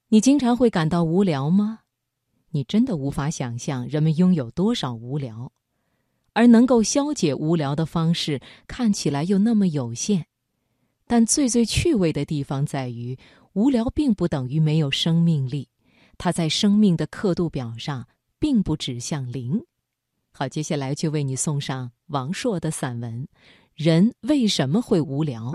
你经常会感到无聊吗？你真的无法想象人们拥有多少无聊，而能够消解无聊的方式看起来又那么有限。但最趣味的地方在于，无聊并不等于没有生命力，它在生命的刻度表上并不指向零。好，接下来就为你送上王朔的散文《人为什么会无聊》。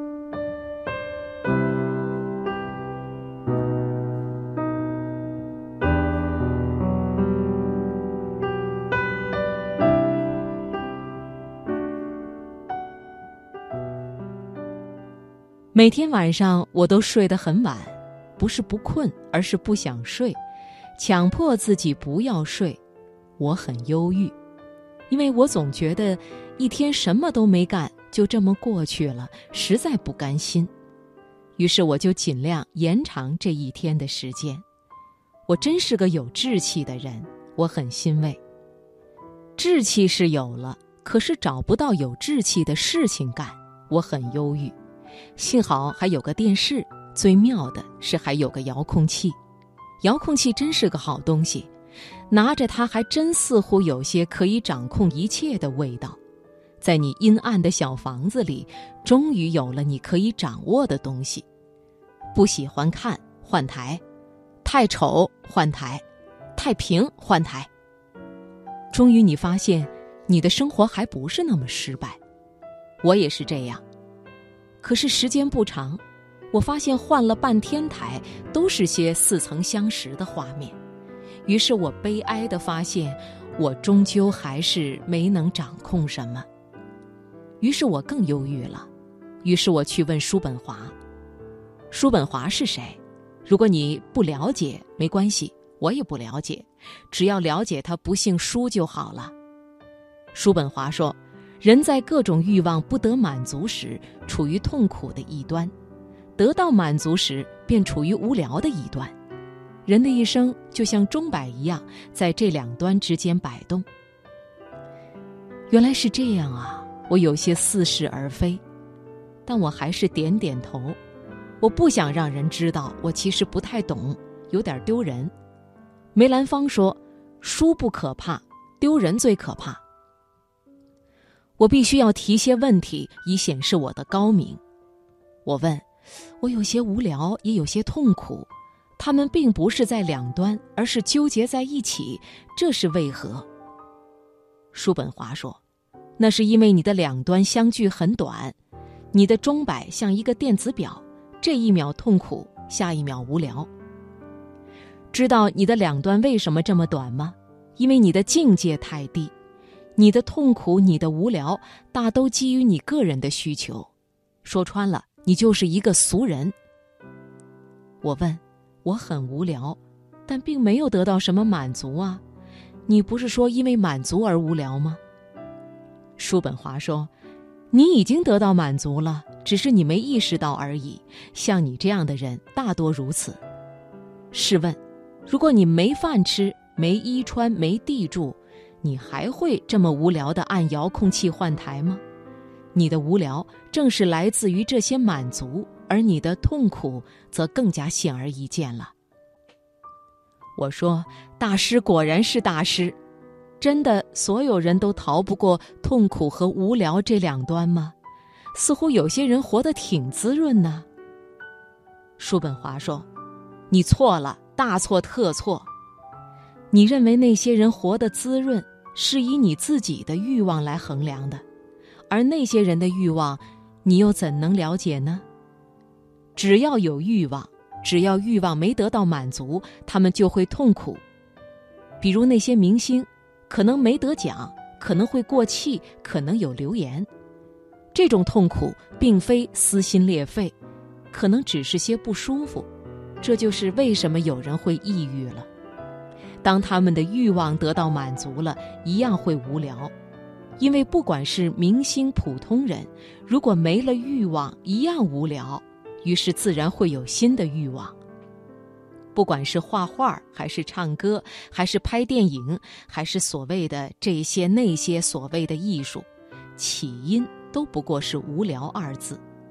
每天晚上我都睡得很晚，不是不困，而是不想睡，强迫自己不要睡。我很忧郁，因为我总觉得一天什么都没干，就这么过去了，实在不甘心。于是我就尽量延长这一天的时间。我真是个有志气的人，我很欣慰。志气是有了，可是找不到有志气的事情干，我很忧郁。幸好还有个电视，最妙的是还有个遥控器。遥控器真是个好东西，拿着它还真似乎有些可以掌控一切的味道。在你阴暗的小房子里，终于有了你可以掌握的东西。不喜欢看，换台；太丑，换台；太平，换台。终于你发现，你的生活还不是那么失败。我也是这样。可是时间不长，我发现换了半天台都是些似曾相识的画面。于是我悲哀地发现，我终究还是没能掌控什么。于是我更忧郁了。于是我去问叔本华。叔本华是谁？如果你不了解，没关系，我也不了解，只要了解他不姓舒就好了。叔本华说，人在各种欲望不得满足时，处于痛苦的一端；得到满足时，便处于无聊的一端。人的一生就像钟摆一样，在这两端之间摆动。原来是这样啊，我有些似是而非，但我还是点点头。我不想让人知道我其实不太懂，有点丢人。梅兰芳说，书不可怕，丢人最可怕。我必须要提些问题，以显示我的高明。我问，我有些无聊，也有些痛苦，他们并不是在两端，而是纠结在一起，这是为何？叔本华说，那是因为你的两端相距很短，你的钟摆像一个电子表，这一秒痛苦，下一秒无聊。知道你的两端为什么这么短吗？因为你的境界太低。你的痛苦，你的无聊，大都基于你个人的需求。说穿了，你就是一个俗人。我问，我很无聊，但并没有得到什么满足啊。你不是说因为满足而无聊吗？叔本华说，你已经得到满足了，只是你没意识到而已。像你这样的人，大多如此。试问，如果你没饭吃，没衣穿，没地住，你还会这么无聊地按遥控器换台吗？你的无聊正是来自于这些满足，而你的痛苦则更加显而易见了。我说，大师果然是大师。真的所有人都逃不过痛苦和无聊这两端吗？似乎有些人活得挺滋润呢。叔本华说，你错了，大错特错。你认为那些人活得滋润，是以你自己的欲望来衡量的，而那些人的欲望，你又怎能了解呢？只要有欲望，只要欲望没得到满足，他们就会痛苦。比如那些明星，可能没得奖，可能会过气，可能有流言。这种痛苦并非撕心裂肺，可能只是些不舒服。这就是为什么有人会抑郁了。当他们的欲望得到满足了，一样会无聊。因为不管是明星、普通人，如果没了欲望，一样无聊，于是自然会有新的欲望。不管是画画，还是唱歌，还是拍电影，还是所谓的这些那些所谓的艺术，起因都不过是无聊二字。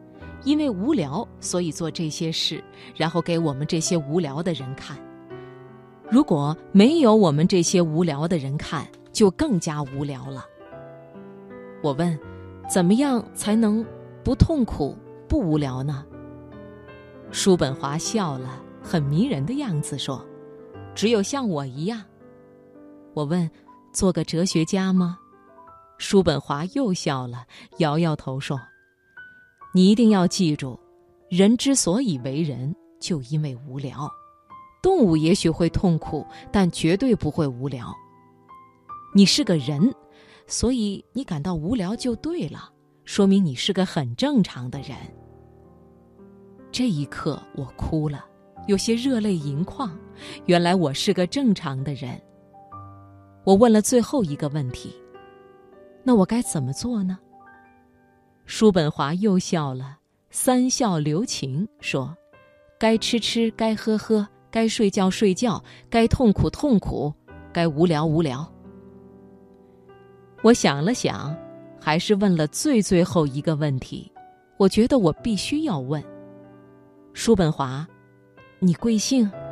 因为无聊，所以做这些事，然后给我们这些无聊的人看。如果没有我们这些无聊的人看，就更加无聊了。我问，怎么样才能不痛苦、不无聊呢？叔本华笑了，很迷人的样子说，只有像我一样。我问，做个哲学家吗？叔本华又笑了，摇摇头说，你一定要记住，人之所以为人，就因为无聊。动物也许会痛苦，但绝对不会无聊。你是个人，所以你感到无聊就对了，说明你是个很正常的人。这一刻我哭了，有些热泪盈眶，原来我是个正常的人。我问了最后一个问题，那我该怎么做呢？叔本华又笑了，三笑留情，说，该吃吃，该喝喝，该睡觉睡觉，该痛苦痛苦，该无聊无聊。我想了想，还是问了最后一个问题，我觉得我必须要问。叔本华，你贵姓？